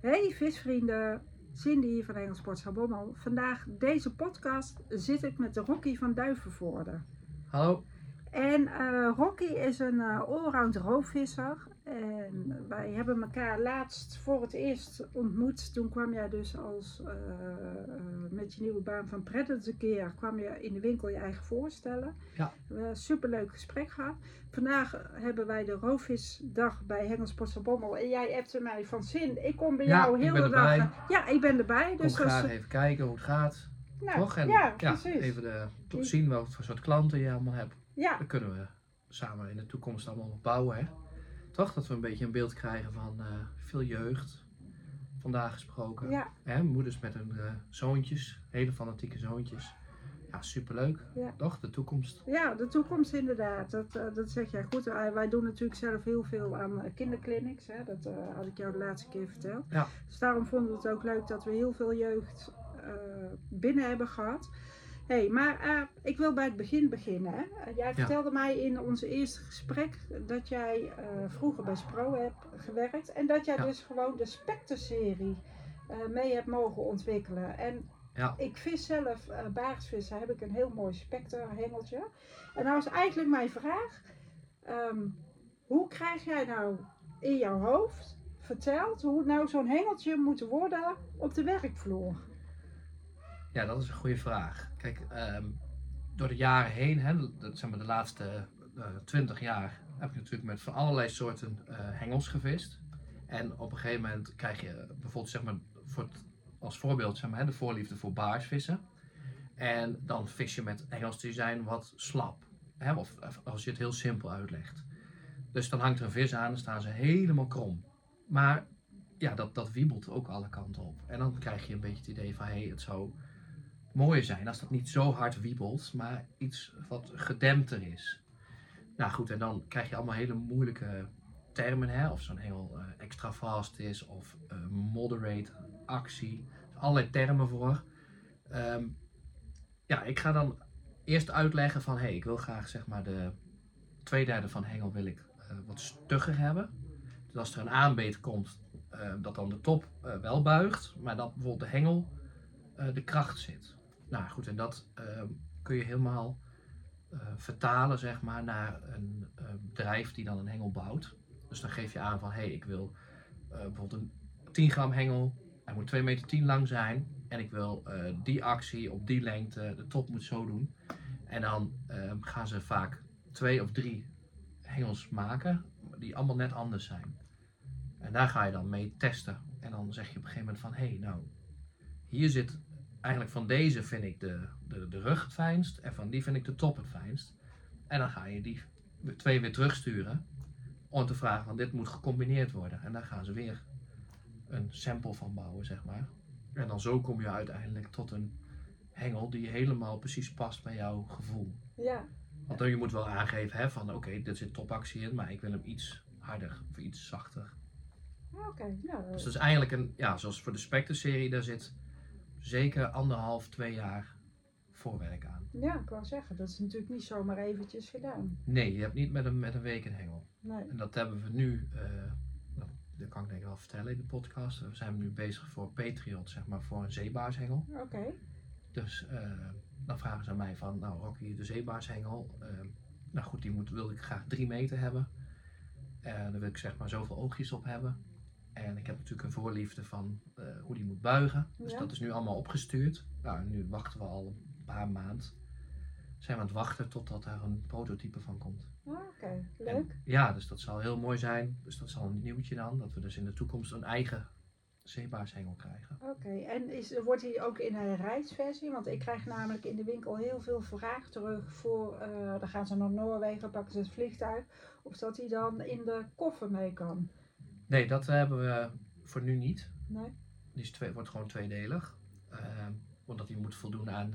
Hey visvrienden, Cindy hier van Engels Sportzaal Bommel. Vandaag deze podcast zit ik met Rocky van Duivenvoorde. Hallo. En Rocky is een allround roofvisser. En wij hebben elkaar laatst voor het eerst ontmoet. Toen kwam jij dus met je nieuwe baan van Predator Gear kwam je in de winkel je eigen voorstellen. Ja. We hebben een superleuk gesprek gehad. Vandaag hebben wij de roofvisdag bij Engels Sportzaal Bommel. En jij appte mij van Zin, ik kom bij jou heel de dag. Ja, ik ben erbij. Dus kom graag even kijken hoe het gaat. Nou, toch? En ja, precies. Even zien wat voor soort klanten je allemaal hebt. Ja. Dan kunnen we samen in de toekomst allemaal nog bouwen. Hè? Toch? Dat we een beetje een beeld krijgen van veel jeugd. Vandaag gesproken. Ja. Hè? Moeders met hun zoontjes. Hele fanatieke zoontjes. Ja, superleuk. Ja. Toch? De toekomst. Ja, de toekomst inderdaad. Dat zeg jij goed. Wij doen natuurlijk zelf heel veel aan kinderclinics. Hè? Dat had ik jou de laatste keer verteld. Ja. Dus daarom vonden we het ook leuk dat we heel veel jeugd binnen hebben gehad. Hey, maar ik wil bij het begin beginnen. Hè? Jij vertelde mij in ons eerste gesprek dat jij vroeger bij Spro hebt gewerkt. En dat jij dus gewoon de Spectre-serie mee hebt mogen ontwikkelen. En ik vis zelf, baarsvissen, heb ik een heel mooi Spectre-hengeltje. En nou is eigenlijk mijn vraag. Hoe krijg jij nou in jouw hoofd verteld hoe nou zo'n hengeltje moet worden op de werkvloer? Ja, dat is een goede vraag. Kijk, door de jaren heen, hè, zeg maar de laatste 20 jaar, heb ik natuurlijk met van allerlei soorten hengels gevist. En op een gegeven moment krijg je bijvoorbeeld, zeg maar, als voorbeeld, zeg maar, de voorliefde voor baarsvissen. En dan vis je met hengels die zijn wat slap. Hè, of als je het heel simpel uitlegt. Dus dan hangt er een vis aan en staan ze helemaal krom. Maar ja, dat wiebelt ook alle kanten op. En dan krijg je een beetje het idee van, het zou mooier zijn als dat niet zo hard wiebelt, maar iets wat gedempter is. Nou goed, en dan krijg je allemaal hele moeilijke termen, hè? Of zo'n hengel extra fast is, of moderate actie. Allerlei termen voor. Ik ga dan eerst uitleggen van, ik wil graag, zeg maar, de 2/3 van hengel wil ik wat stugger hebben. Dus als er een aanbeet komt, dat dan de top wel buigt, maar dat bijvoorbeeld de hengel de kracht zit. Nou goed, en dat kun je helemaal vertalen, zeg maar, naar een bedrijf die dan een hengel bouwt. Dus dan geef je aan van, ik wil bijvoorbeeld een 10 gram hengel. Hij moet 2,10 meter lang zijn. En ik wil die actie op die lengte, de top moet zo doen. En dan gaan ze vaak 2 of 3 hengels maken, die allemaal net anders zijn. En daar ga je dan mee testen. En dan zeg je op een gegeven moment van, hier zit eigenlijk van deze vind ik de rug het fijnst en van die vind ik de top het fijnst. En dan ga je die 2 weer terugsturen om te vragen van dit moet gecombineerd worden. En daar gaan ze weer een sample van bouwen, zeg maar. En dan zo kom je uiteindelijk tot een hengel die helemaal precies past bij jouw gevoel. Ja. Want dan je moet wel aangeven van dit zit topactie in, maar ik wil hem iets harder of iets zachter. Oké. Nou, dus dat is eigenlijk zoals voor de Spectre-serie, daar zit zeker 1,5-2 jaar voorwerk aan. Ja, ik wou zeggen, dat is natuurlijk niet zomaar eventjes gedaan. Nee, je hebt niet met een week een hengel. Nee. En dat hebben we nu, dat kan ik denk ik wel vertellen in de podcast. We zijn nu bezig voor Patriot, zeg maar, voor een zeebaarshengel. Oké. Dus dan vragen ze aan mij van, Rocky, de zeebaarshengel, nou goed, die wil ik graag 3 meter hebben. Daar wil ik, zeg maar, zoveel oogjes op hebben. En ik heb natuurlijk een voorliefde van hoe die moet buigen. Dus dat is nu allemaal opgestuurd. Nou, nu wachten we al een paar maanden. Zijn we aan het wachten totdat er een prototype van komt. Oké, leuk. En, dus dat zal heel mooi zijn. Dus dat zal een nieuwtje dan. Dat we dus in de toekomst een eigen zeebaarshengel krijgen. Oké, en wordt die ook in een reisversie? Want ik krijg namelijk in de winkel heel veel vraag terug voor, dan gaan ze naar Noorwegen, pakken ze het vliegtuig. Of dat die dan in de koffer mee kan. Nee, dat hebben we voor nu niet. Nee? Die wordt gewoon tweedelig. Omdat die moet voldoen aan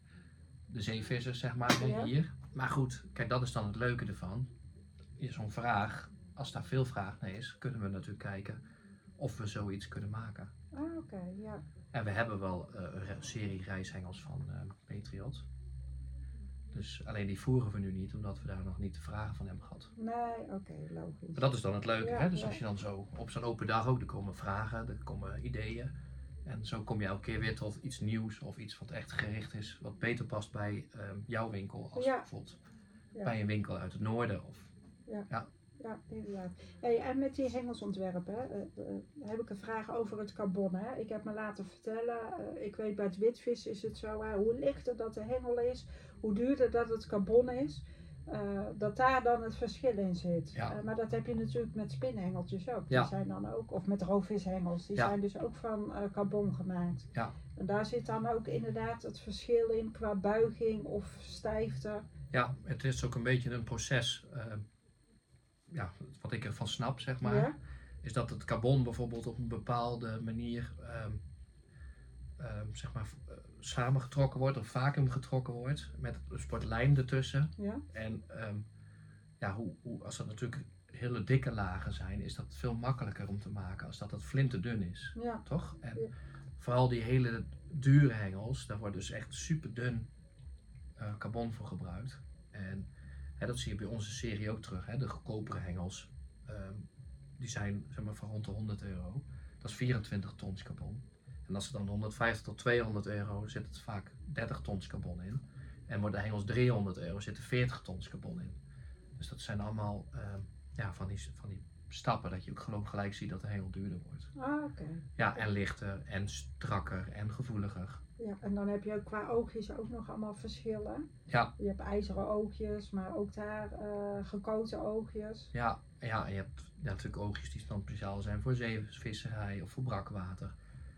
de zeevissers, zeg maar, van hier. Maar goed, kijk, dat is dan het leuke ervan. Zo'n vraag, als daar veel vraag naar is, kunnen we natuurlijk kijken of we zoiets kunnen maken. Oké, ja. En we hebben wel een serie reishengels van Patriot. Dus alleen die voeren we nu niet, omdat we daar nog niet de vragen van hebben gehad. Nee, oké, logisch. Maar dat is dan het leuke, Ja, hè? Dus ja. als je dan zo op zo'n open dag ook, er komen vragen, er komen ideeën. En zo kom je elke keer weer tot iets nieuws of iets wat echt gericht is, wat beter past bij jouw winkel als Ja. bijvoorbeeld Ja. bij een winkel uit het noorden. Of, Ja, inderdaad. Hey, en met die hengelsontwerpen heb ik een vraag over het carbon. Hè? Ik heb me laten vertellen, ik weet bij het witvis is het zo, hoe lichter dat de hengel is, hoe duurder dat het carbon is, dat daar dan het verschil in zit. Ja. Maar dat heb je natuurlijk met spinhengeltjes ook. Ja. Die zijn dan ook, of met roofvishengels, die Ja. zijn dus ook van carbon gemaakt. Ja. En daar zit dan ook inderdaad het verschil in qua buiging of stijfte. Ja, het is ook een beetje een proces. Ja, wat ik ervan snap, zeg maar, Ja? is dat het carbon bijvoorbeeld op een bepaalde manier zeg maar, samengetrokken wordt of vacuüm getrokken wordt met een soort lijm ertussen. Ja? En ja, als dat natuurlijk hele dikke lagen zijn, is dat veel makkelijker om te maken als dat het flinterdun is, Ja. toch? En Ja. vooral die hele dure hengels, daar wordt dus echt super dun carbon voor gebruikt. En dat zie je bij onze serie ook terug. Hè? De goedkopere hengels, die zijn zeg maar van rond de €100. Dat is 24 tons carbon. En als ze dan 150 tot €200 zit het vaak 30 tons carbon in. En voor de hengels €300 zitten 40 tons carbon in. Dus dat zijn allemaal van die stappen dat je ook gewoon gelijk ziet dat de hengel duurder wordt. Ah, oké. Ja, en lichter en strakker en gevoeliger. Ja, en dan heb je ook qua oogjes ook nog allemaal verschillen. Ja. Je hebt ijzeren oogjes, maar ook daar gekoten oogjes. Ja, en je hebt natuurlijk oogjes die dan speciaal zijn voor zeevisserij of voor brakwater.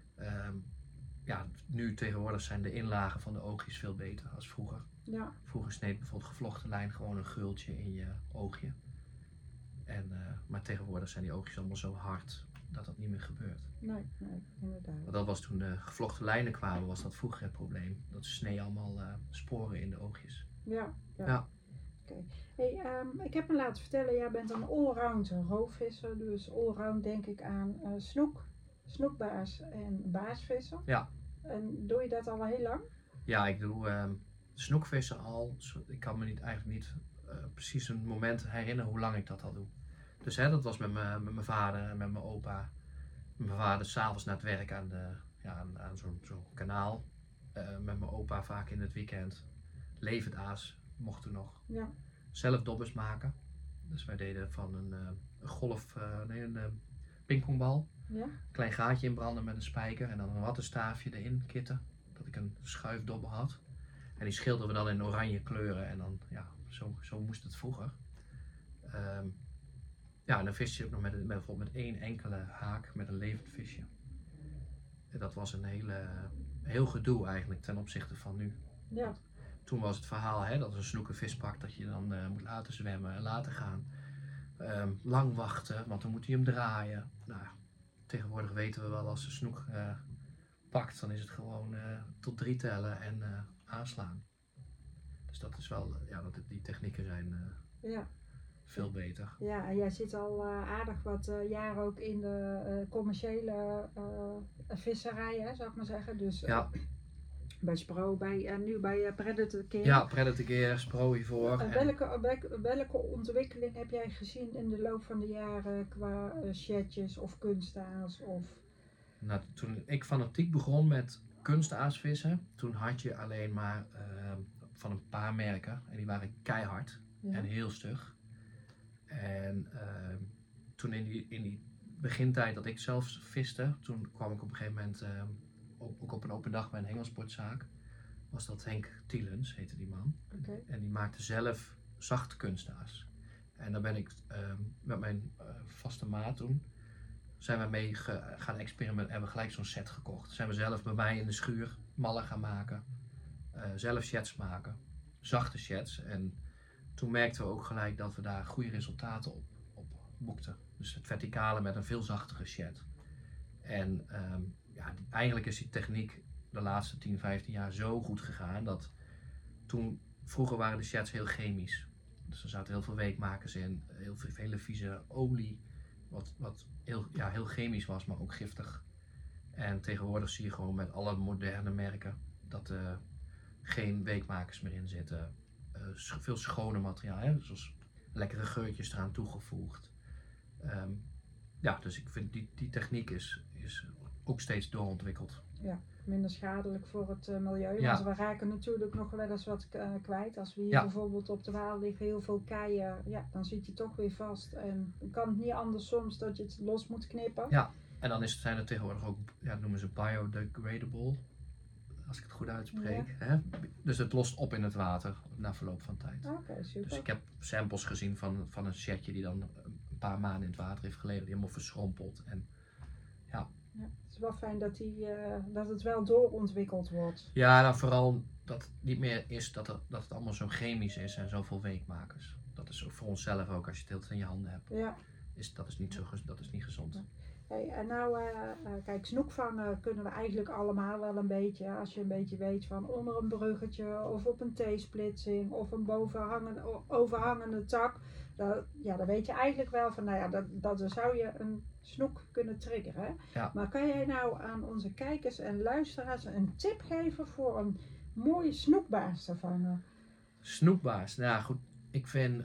Nu tegenwoordig zijn de inlagen van de oogjes veel beter als vroeger. Ja. Vroeger sneed bijvoorbeeld gevlochten lijn gewoon een gultje in je oogje. Maar tegenwoordig zijn die oogjes allemaal zo hard dat dat niet meer gebeurt. Nee, inderdaad. Want dat was toen de gevlochten lijnen kwamen, was dat vroeger het probleem. Dat snee allemaal sporen in de oogjes. Ja. Ja. Oké. Hey, ik heb me laten vertellen, jij bent een allround roofvisser. Dus allround denk ik aan snoekbaars en baasvissen. Ja. En doe je dat al heel lang? Ja, ik doe snoekvissen al. Ik kan me eigenlijk niet precies een moment herinneren hoe lang ik dat al doe. Dus dat was met mijn vader en met mijn opa. Mijn vader s'avonds na het werk aan zo'n kanaal. Met mijn opa vaak in het weekend. Levend aas mocht toen nog. Ja. Zelf dobbers maken. Dus wij deden van een pingpongbal. Ja? Klein gaatje inbranden met een spijker en dan een wattenstaafje erin kitten. Dat ik een schuifdobber had. En die schilderden we dan in oranje kleuren en dan, ja, zo moest het vroeger. En dan vis je ook nog bijvoorbeeld met één enkele haak met een levend visje. En dat was een heel gedoe eigenlijk ten opzichte van nu. Ja. Toen was het verhaal dat een snoek een vis pakt dat je dan moet laten zwemmen en laten gaan. Lang wachten, want dan moet hij hem draaien. Nou, tegenwoordig weten we wel als de snoek pakt, dan is het gewoon tot 3 tellen en aanslaan. Dus dat is wel, die technieken zijn veel beter. Ja, en jij zit al aardig wat jaren ook in de commerciële visserij, hè, zou ik maar zeggen. Dus Ja. bij Spro, nu bij Predator King. Ja, Predator Gear, Spro hiervoor. Welke ontwikkeling heb jij gezien in de loop van de jaren qua chatjes of kunstaas? Nou, toen ik fanatiek begon met kunstaasvissen, toen had je alleen maar van een paar merken en die waren keihard en heel stug. En toen in die begintijd dat ik zelf viste, toen kwam ik op een gegeven moment ook op een open dag bij een hengelsportzaak. Was dat Henk Tielens, heette die man. Okay. En die maakte zelf zachte kunstaas. En daar ben ik met mijn vaste maat toen, zijn we mee gaan experimenteren, hebben gelijk zo'n set gekocht. Zijn we zelf bij mij in de schuur mallen gaan maken, zelf sheds maken, zachte sheds. En toen merkten we ook gelijk dat we daar goede resultaten op boekten. Dus het verticale met een veel zachtere shed. En eigenlijk is die techniek de laatste 10, 15 jaar zo goed gegaan dat vroeger waren de sheds heel chemisch. Dus er zaten heel veel weekmakers in, hele vieze olie, wat heel chemisch was, maar ook giftig. En tegenwoordig zie je gewoon met alle moderne merken dat er geen weekmakers meer in zitten. veel schoner materiaal. Hè? Zoals lekkere geurtjes eraan toegevoegd. Ja, dus ik vind die techniek is ook steeds doorontwikkeld. Ja, minder schadelijk voor het milieu. Ja. Want we raken natuurlijk nog wel eens wat kwijt. Als we hier Ja. bijvoorbeeld op de Waal liggen, heel veel keien, ja, dan zit je toch weer vast. En dan kan het niet anders soms dat je het los moet knippen. Ja, en dan zijn er tegenwoordig ook, ja, noemen ze biodegradable, als ik het goed uitspreek. Hè? Dus het lost op in het water na verloop van tijd. Oké, super. Dus ik heb samples gezien van een shirtje die dan een paar maanden in het water heeft gelegen, die helemaal verschrompeld. En Ja, het is wel fijn dat het wel doorontwikkeld wordt. ja, nou vooral dat het niet meer is dat het allemaal zo chemisch is en zoveel weekmakers. Dat is ook voor onszelf ook, als je het heel in je handen hebt. Ja. Dat is niet gezond. Ja. Hey, en nou, kijk, snoek vangen kunnen we eigenlijk allemaal wel een beetje. Als je een beetje weet van onder een bruggetje of op een T-splitsing of een overhangende tak. Dan weet je eigenlijk wel van, nou ja, dat zou je een snoek kunnen triggeren. Hè? Ja. Maar kan jij nou aan onze kijkers en luisteraars een tip geven voor een mooie snoekbaars te vangen? Snoekbaars, nou ja, goed, ik vind...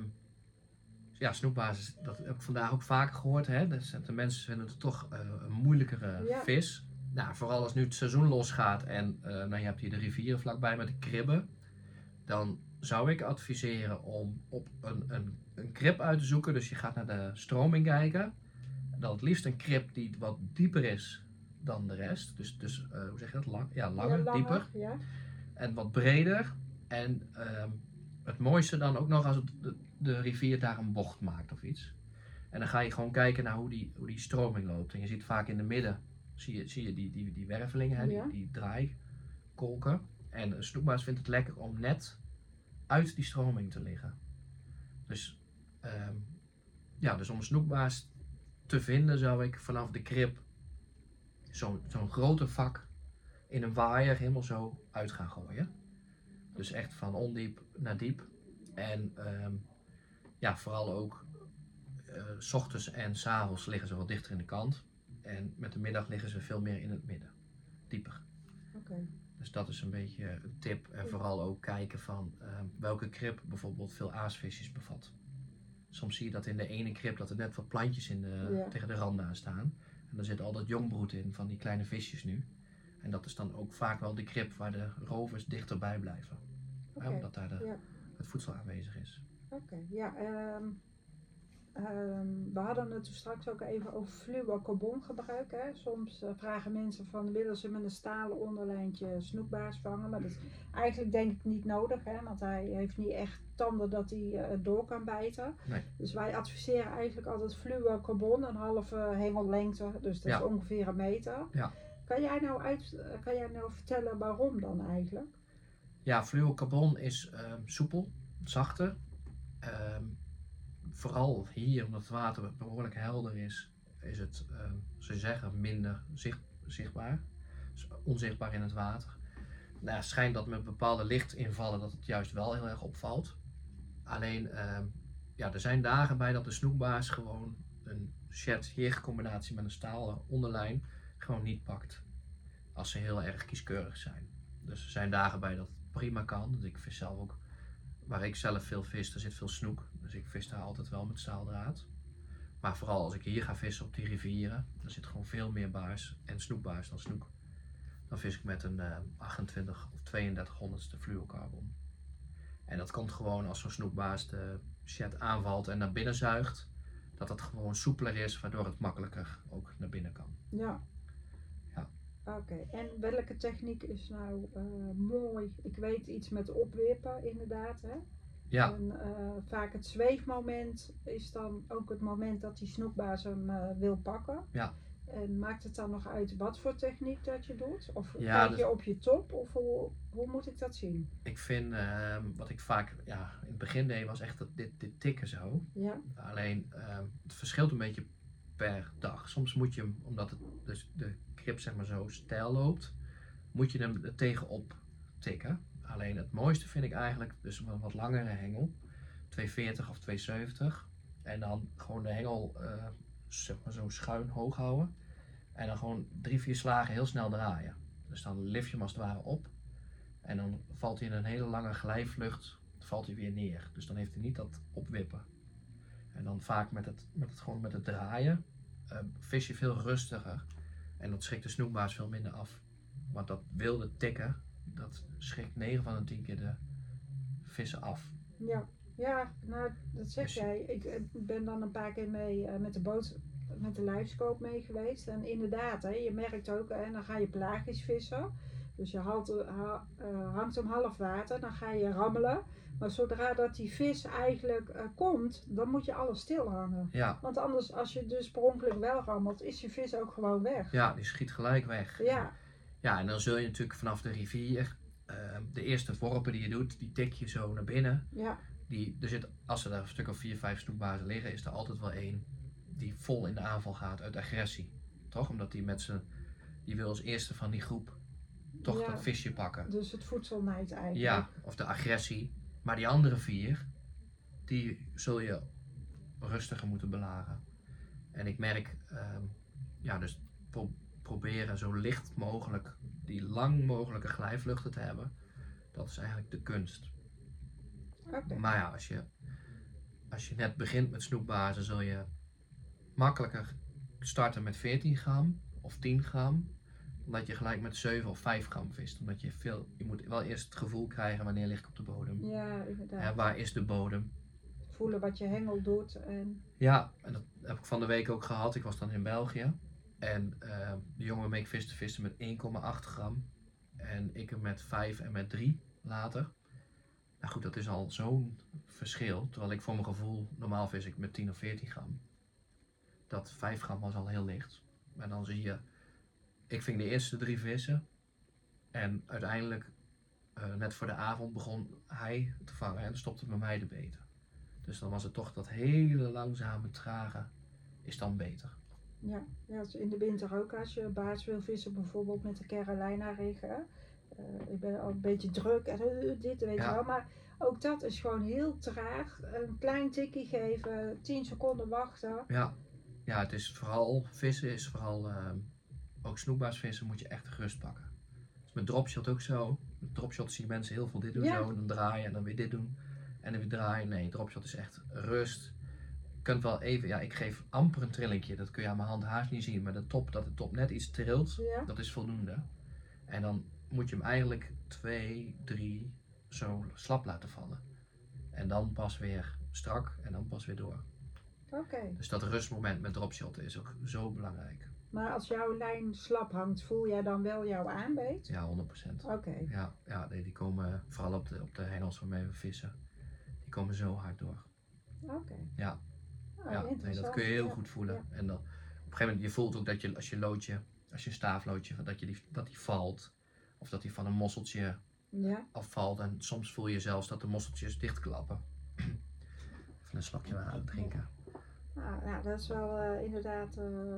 ja, snoekbaars, dat heb ik vandaag ook vaker gehoord. Hè? De mensen vinden het toch een moeilijkere vis. Nou, vooral als nu het seizoen losgaat en nou, je hebt hier de rivieren vlakbij met de kribben. Dan zou ik adviseren om op een krib uit te zoeken. Dus je gaat naar de stroming kijken. Dan het liefst een krib die wat dieper is dan de rest. Dus hoe zeg je dat? Langer, dieper. Ja. En wat breder. En het mooiste dan ook nog als de rivier daar een bocht maakt of iets. En dan ga je gewoon kijken naar hoe die stroming loopt. En je ziet vaak in de midden, zie je die wervelingen, hè, die draaikolken. En een snoekbaars vindt het lekker om net uit die stroming te liggen. Dus, dus om een snoekbaars te vinden zou ik vanaf de krib zo'n grote vak in een waaier helemaal zo uit gaan gooien. Dus echt van ondiep naar diep. En vooral ook 's ochtends en 's avonds liggen ze wat dichter in de kant. En met de middag liggen ze veel meer in het midden. Dieper. Okay. Dus dat is een beetje een tip. En vooral ook kijken van welke krib bijvoorbeeld veel aasvisjes bevat. Soms zie je dat in de ene krib dat er net wat plantjes tegen de rand aan staan. En daar zit al dat jongbroed in van die kleine visjes nu. En dat is dan ook vaak wel de krib waar de rovers dichterbij blijven. Okay. Omdat daar het voedsel aanwezig is. Oké, ja. We hadden het straks ook even over fluorocarbon gebruik. Hè. Soms vragen mensen van willen ze met een stalen onderlijntje snoekbaars vangen. Maar dat is eigenlijk denk ik niet nodig. Hè, want hij heeft niet echt tanden dat hij door kan bijten. Nee. Dus wij adviseren eigenlijk altijd fluorocarbon, een halve hengellengte. Dus dat is ongeveer 1 meter. Ja. Kan jij nou vertellen waarom dan eigenlijk? Ja, fluorocarbon is soepel, zachter. Vooral hier, omdat het water behoorlijk helder is het, ze zeggen, minder zichtbaar. Dus onzichtbaar in het water. Nou, het schijnt dat met bepaalde lichtinvallen dat het juist wel heel erg opvalt. Alleen, er zijn dagen bij dat de snoekbaars gewoon een shed-jig combinatie met een stalen onderlijn gewoon niet pakt. Als ze heel erg kieskeurig zijn. Dus er zijn dagen bij dat het prima kan. Dus ik vis zelf ook, waar ik zelf veel vis, er zit veel snoek. Dus ik vis daar altijd wel met staaldraad. Maar vooral als ik hier ga vissen op die rivieren, dan zit gewoon veel meer baars en snoekbaars dan snoek. Dan vis ik met een 28 of 3200ste fluorocarbon. En dat komt gewoon als zo'n snoekbaars de shed aanvalt en naar binnen zuigt. Dat het gewoon soepeler is, waardoor het makkelijker ook naar binnen kan. Ja. Oké, en welke techniek is nou mooi? Ik weet iets met opwippen inderdaad. Hè? Ja. En vaak het zweefmoment is dan ook het moment dat die snoekbaars hem wil pakken. Ja. En maakt het dan nog uit wat voor techniek dat je doet? Of Ja, kijk je op je top? Of hoe moet ik dat zien? Ik vind, wat ik vaak in het begin deed, was echt dit tikken zo. Ja. Alleen, het verschilt een beetje per dag. Soms moet je hem, omdat het dus de krib zeg maar zo stijl loopt, moet je hem er tegenop tikken. Alleen het mooiste vind ik eigenlijk dus een wat langere hengel, 240 of 270. En dan gewoon de hengel zeg maar zo schuin hoog houden. En dan gewoon 3-4 slagen heel snel draaien. Dus dan lift je hem als het ware op. En dan valt hij in een hele lange glijvlucht valt hij weer neer. Dus dan heeft hij niet dat opwippen. En dan vaak met het draaien vis je veel rustiger. En dat schrikt de snoekbaars veel minder af. Want dat wilde tikken, dat schrikt 9 van de 10 keer de vissen af. Ja, nou dat zeg Dus- jij. Ik ben dan een paar keer mee met de boot, met de livescope mee geweest. En inderdaad, je merkt ook, dan ga je pelagisch vissen. Dus je hangt om half water, dan ga je rammelen. Maar zodra dat die vis eigenlijk komt, dan moet je alles stil hangen. Ja, Want anders, als je dus per ongeluk wel rammelt, is die vis ook gewoon weg. ja, die schiet gelijk weg. Ja, Ja, en dan zul je natuurlijk vanaf de rivier, de eerste worpen die je doet, die tik je zo naar binnen. ja, Als er daar een stuk of 4, 5 snoekbazen liggen, is er altijd wel één die vol in de aanval gaat uit agressie. Toch? Omdat die wil als eerste van die groep toch Ja. dat visje pakken. dus het voedsel naait eigenlijk. Ja, of de agressie. Maar die andere 4, die zul je rustiger moeten belagen. En ik merk, dus proberen zo licht mogelijk die lang mogelijke glijvluchten te hebben. Dat is eigenlijk de kunst. Oké. Maar ja, als je net begint met snoekbazen, zul je makkelijker starten met 14 gram of 10 gram. Omdat je gelijk met 7 of 5 gram vist. Omdat je moet wel eerst het gevoel krijgen wanneer lig ik op de bodem. Ja, inderdaad. En waar is de bodem? Voelen wat je hengel doet. En... Ja, en dat heb ik van de week ook gehad. Ik was dan in België. En de jongen waarmee ik viste met 1,8 gram. En ik hem met 5 en met 3 later. Nou goed, dat is al zo'n verschil. Terwijl ik voor mijn gevoel, normaal vis ik met 10 of 14 gram. Dat 5 gram was al heel licht. En dan zie je, ik ving de eerste 3 vissen. En uiteindelijk, net voor de avond, begon hij te vangen en stopte bij mij de beten. Dus dan was het toch dat hele langzame, trage, is dan beter. Ja, dus in de winter ook als je baars wil vissen, bijvoorbeeld met de Carolina riggen. Ik ben al een beetje druk en dit weet je wel, maar ook dat is gewoon heel traag. Een klein tikkie geven, 10 seconden wachten. Ja, het is vooral, vissen is vooral, ook snoekbaarsvissen moet je echt rust pakken. Dus met dropshot ook zo. Met dropshot zie je mensen heel veel dit doen zo, dan draaien en dan weer dit doen. En dan weer draaien. Nee, dropshot is echt rust. Je kunt wel even, ik geef amper een trillingje, dat kun je aan mijn hand haast niet zien. Maar dat de top net iets trilt, dat is voldoende. En dan moet je hem eigenlijk 2, 3 zo slap laten vallen. En dan pas weer strak en dan pas weer door. Oké. Dus dat rustmoment met dropshotten is ook zo belangrijk. Maar als jouw lijn slap hangt, voel jij dan wel jouw aanbeet? Ja, 100%. Oké. Ja, die komen vooral op de hengels waarmee we vissen. Die komen zo hard door. Oké. Ja. Nee, Dat kun je heel goed voelen. Ja. En dan, op een gegeven moment, je voelt ook dat je als je staafloodje, dat die valt. Of dat die van een mosseltje afvalt. En soms voel je zelfs dat de mosseltjes dichtklappen. Even een slokje water drinken. Nou, dat is wel inderdaad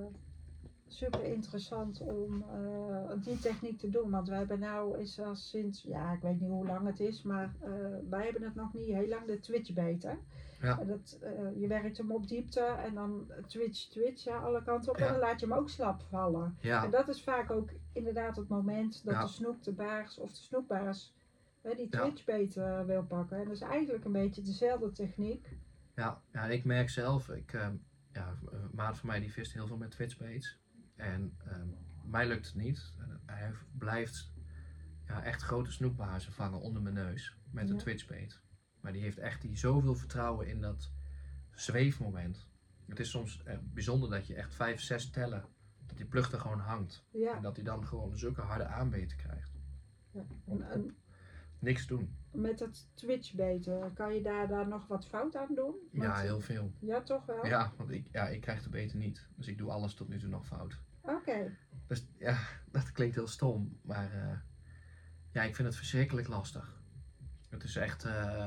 super interessant om die techniek te doen. Want wij hebben nou is al sinds, ik weet niet hoe lang het is, maar wij hebben het nog niet heel lang, de twitchbait. Ja. Je werkt hem op diepte en dan twitch, alle kanten op en dan laat je hem ook slap vallen. Ja. En dat is vaak ook inderdaad het moment dat de snoek, de baars of de snoekbaars die twitchbait wil pakken. En dat is eigenlijk een beetje dezelfde techniek. Ja, ik merk zelf, een maat van mij die vist heel veel met twitchbaits. En mij lukt het niet. Hij blijft echt grote snoekbaarzen vangen onder mijn neus met een twitchbait. Maar die heeft echt zoveel vertrouwen in dat zweefmoment. Het is soms bijzonder dat je echt 5, 6 tellen, dat die plug er gewoon hangt. Ja. En dat hij dan gewoon zulke harde aanbeten krijgt. Ja. Niks doen. Met het twitchbait, kan je daar nog wat fout aan doen? Ja, heel veel. Ja, toch wel? Ja, want ik krijg de beten niet. Dus ik doe alles tot nu toe nog fout. Oké. Dus dat klinkt heel stom. Maar ik vind het verschrikkelijk lastig. Het is echt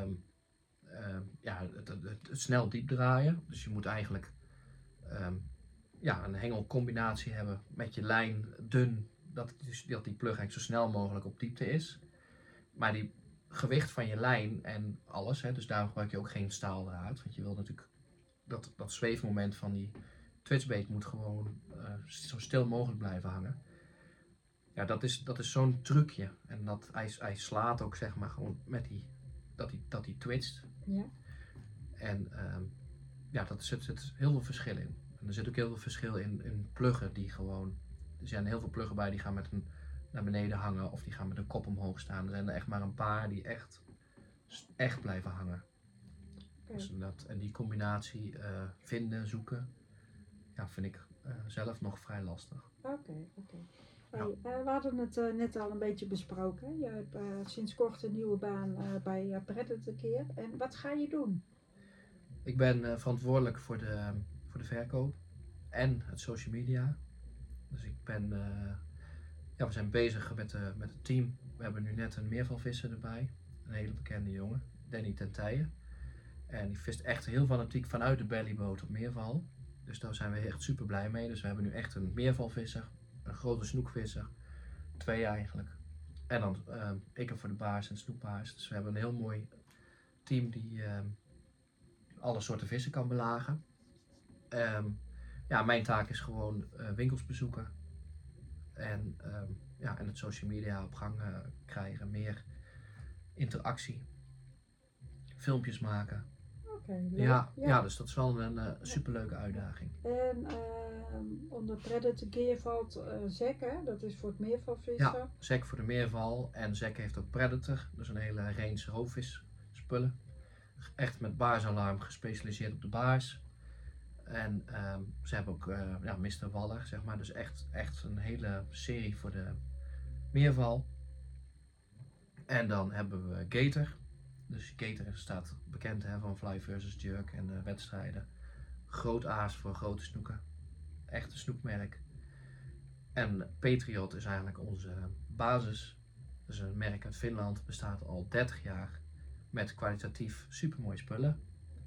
het snel diep draaien. Dus je moet eigenlijk een hengelcombinatie hebben met je lijn dun. Dat die plug eigenlijk zo snel mogelijk op diepte is. Maar die gewicht van je lijn en alles, dus daarom gebruik je ook geen staaldraad. Want je wil natuurlijk dat zweefmoment van die twitchbait moet gewoon zo stil mogelijk blijven hangen. Ja, dat is zo'n trucje. En hij slaat ook zeg maar gewoon met dat die twitcht. Ja. En daar zit heel veel verschil in. En er zit ook heel veel verschil in pluggen die gewoon... Er zijn heel veel pluggen bij die gaan met een naar beneden hangen of die gaan met een kop omhoog staan. Er zijn er echt maar een paar die echt blijven hangen. Okay. Dus en die combinatie vinden, zoeken, ja, vind ik zelf nog vrij lastig. Oké. Hey, we hadden het net al een beetje besproken. Je hebt sinds kort een nieuwe baan bij Predator Gear. En wat ga je doen? Ik ben verantwoordelijk voor de verkoop en het social media. Dus ik ben, we zijn bezig met het team. We hebben nu net een meervalvisser erbij. Een hele bekende jongen, Danny ten Tijen. En die vist echt heel fanatiek vanuit de bellyboot op meerval. Dus daar zijn we echt super blij mee. Dus we hebben nu echt een meervalvisser, een grote snoekvisser. 2 eigenlijk. En dan ik er voor de baars en snoekbaars. Dus we hebben een heel mooi team die alle soorten vissen kan belagen. Mijn taak is gewoon winkels bezoeken. En het social media op gang krijgen. Meer interactie. Filmpjes maken. Okay, ja, dus dat is wel een superleuke uitdaging. En onder Predator Gear valt ZEK, hè? Dat is voor het meervalvissen. Ja, ZEK voor de meerval. En ZEK heeft ook Predator, dus een hele range roofvisspullen. Echt met baarsalarm gespecialiseerd op de baars. En ze hebben ook Mr. Waller, zeg maar. Dus echt een hele serie voor de meerval. En dan hebben we Gator. Dus Gator staat bekend van Fly versus Jerk en wedstrijden. Groot aas voor grote snoeken. Echt een snoekmerk. En Patriot is eigenlijk onze basis. Dus een merk uit Finland, bestaat al 30 jaar met kwalitatief supermooie spullen.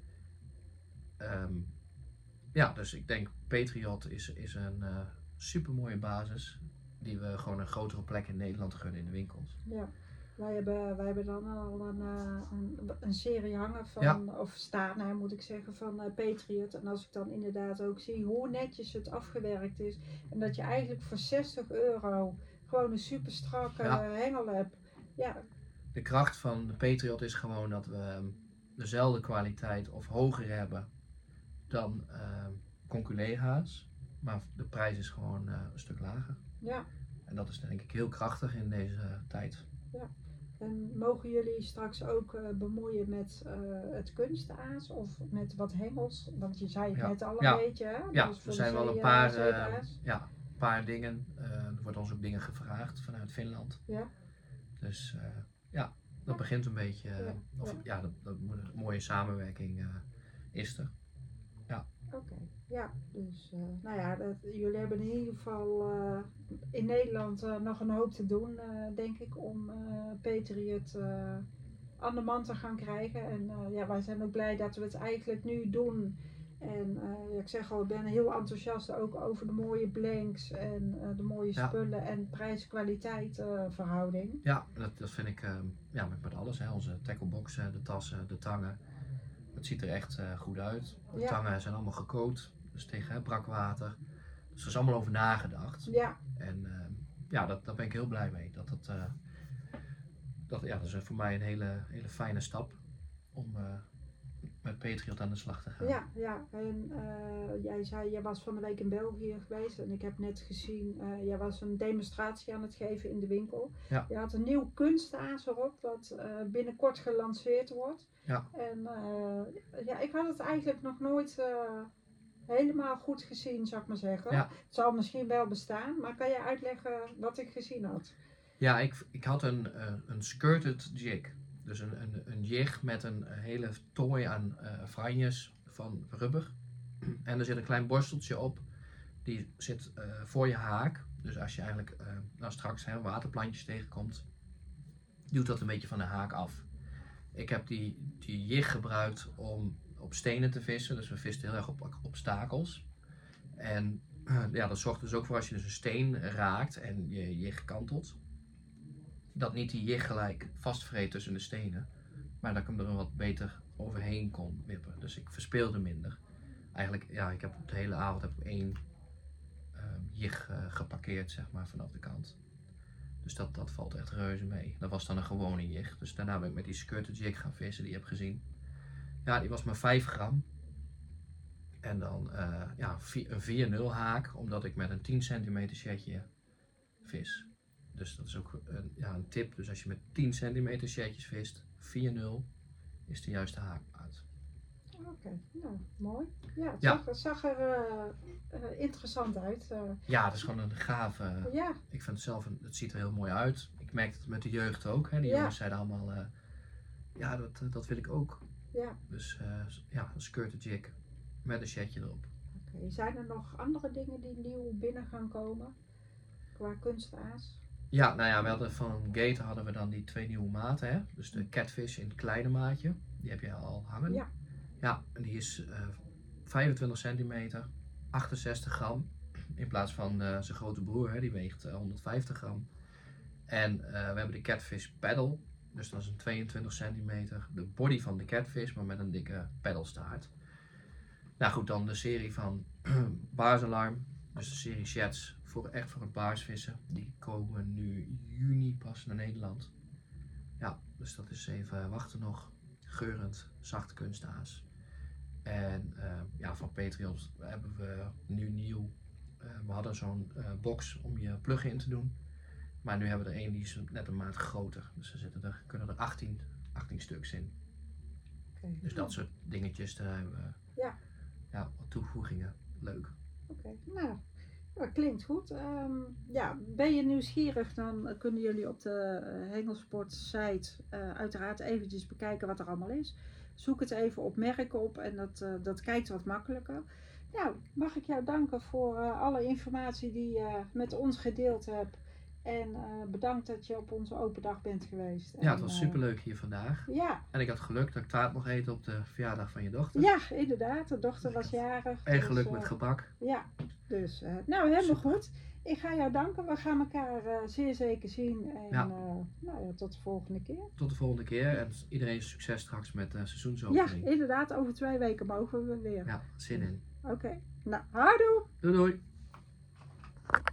Dus ik denk Patriot is een supermooie basis die we gewoon een grotere plek in Nederland gunnen in de winkels. Ja. Wij hebben dan al een serie hangen van, of staan hè, moet ik zeggen, van Patriot. En als ik dan inderdaad ook zie hoe netjes het afgewerkt is. En dat je eigenlijk voor €60 gewoon een super strakke hengel hebt. Ja. De kracht van de Patriot is gewoon dat we dezelfde kwaliteit of hoger hebben dan conculega's. Maar de prijs is gewoon een stuk lager. Ja. En dat is denk ik heel krachtig in deze tijd. Ja. En mogen jullie straks ook bemoeien met het kunstaas of met wat hengels? Want je zei het net al een beetje. Hè? Ja, dus er zijn wel een paar dingen. Er wordt ons ook dingen gevraagd vanuit Finland. Ja. Dus dat begint een beetje. Dat moet een mooie samenwerking is er. Ja. Oké. Ja, dus jullie hebben in ieder geval in Nederland nog een hoop te doen, denk ik, om Patriot aan de man te gaan krijgen. En wij zijn ook blij dat we het eigenlijk nu doen. En ik zeg al, ik ben heel enthousiast ook over de mooie blanks en de mooie spullen en prijs-kwaliteit verhouding. Ja, dat vind ik met alles. Hè. Onze tackleboxen, de tassen, de tangen. Het ziet er echt goed uit. De tangen zijn allemaal gecoat, dus tegen brakwater. Dus er is allemaal over nagedacht. Ja. En daar ben ik heel blij mee. Dat is voor mij een hele fijne stap om met Patriot aan de slag te gaan. Ja. En jij zei, jij was van de week in België geweest en ik heb net gezien, jij was een demonstratie aan het geven in de winkel. Ja. Je had een nieuw kunstaas erop, wat binnenkort gelanceerd wordt. Ja. En ik had het eigenlijk nog nooit helemaal goed gezien, zou ik maar zeggen. Ja. Het zal misschien wel bestaan, maar kan je uitleggen wat ik gezien had? Ja, ik had een skirted jig. Dus een jig met een hele tooi aan franjes van rubber. En er zit een klein borsteltje op. Die zit voor je haak. Dus als je eigenlijk straks waterplantjes tegenkomt, duwt dat een beetje van de haak af. Ik heb die jig gebruikt om op stenen te vissen. Dus we visten heel erg op obstakels. En dat zorgt dus ook voor als je dus een steen raakt en je jig kantelt, dat niet die jig gelijk vastvreet tussen de stenen, maar dat ik hem er wat beter overheen kon wippen. Dus ik verspeelde minder. Eigenlijk, ik heb de hele avond 1 jig geparkeerd, zeg maar, vanaf de kant. Dus dat valt echt reuze mee. Dat was dan een gewone jig. Dus daarna ben ik met die skirted jig gaan vissen die je hebt gezien. Ja, die was maar 5 gram. En dan een 4-0 haak, omdat ik met een 10 centimeter shedje vis. Dus dat is ook een tip. Dus als je met 10 centimeter shedjes vist, 4-0 is de juiste haakmaat. Oké, nou mooi. Ja, het Ja. zag er interessant uit. Ja, dat is gewoon een gave. Ja, Ik vind het zelf, het ziet er heel mooi uit. Ik merk het met de jeugd ook. Hè. Die Ja. jongens zeiden allemaal, dat wil ik ook. ja. Dus een skirted jig met een shedje erop. Oké. Zijn er nog andere dingen die nieuw binnen gaan komen qua kunstaas? Ja, nou ja, we hadden van Gator hadden we dan die 2 nieuwe maten. Hè. Dus de catfish in het kleine maatje. Die heb je al hangen. Ja. Ja, en die is 25 centimeter, 68 gram. In plaats van zijn grote broer, hè, die weegt 150 gram. En we hebben de catfish paddle. Dus dat is een 22 centimeter. De body van de catfish, maar met een dikke peddelstaart. Nou goed, dan de serie van Baarsalarm. Dus de serie sheds echt voor het baarsvissen. Die komen nu juni pas naar Nederland. Ja, dus dat is even wachten nog. Geurend, zachte kunstaas. En van Patriot hebben we nu nieuw. We hadden zo'n box om je plug in te doen. Maar nu hebben we er één die is net een maat groter. Dus kunnen er 18 stuks in. Okay. Dus dat soort dingetjes, daar hebben we wat toevoegingen. Leuk. Oké, nou, dat klinkt goed. Ben je nieuwsgierig, dan kunnen jullie op de Hengelsport site uiteraard eventjes bekijken wat er allemaal is. Zoek het even op merk op en dat kijkt wat makkelijker. Nou, mag ik jou danken voor alle informatie die je met ons gedeeld hebt. En bedankt dat je op onze open dag bent geweest. Ja, het was superleuk hier vandaag. Ja. En ik had geluk dat ik taart mocht eten op de verjaardag van je dochter. Ja, inderdaad. De dochter was jarig. En geluk met gebak. Ja, dus helemaal goed. Ik ga jou danken. We gaan elkaar zeer zeker zien. En tot de volgende keer. Tot de volgende keer. En iedereen succes straks met de seizoensopening. Ja, inderdaad. Over 2 weken mogen we weer. Ja, zin in. Oké. Nou, houdoe! Doei doei!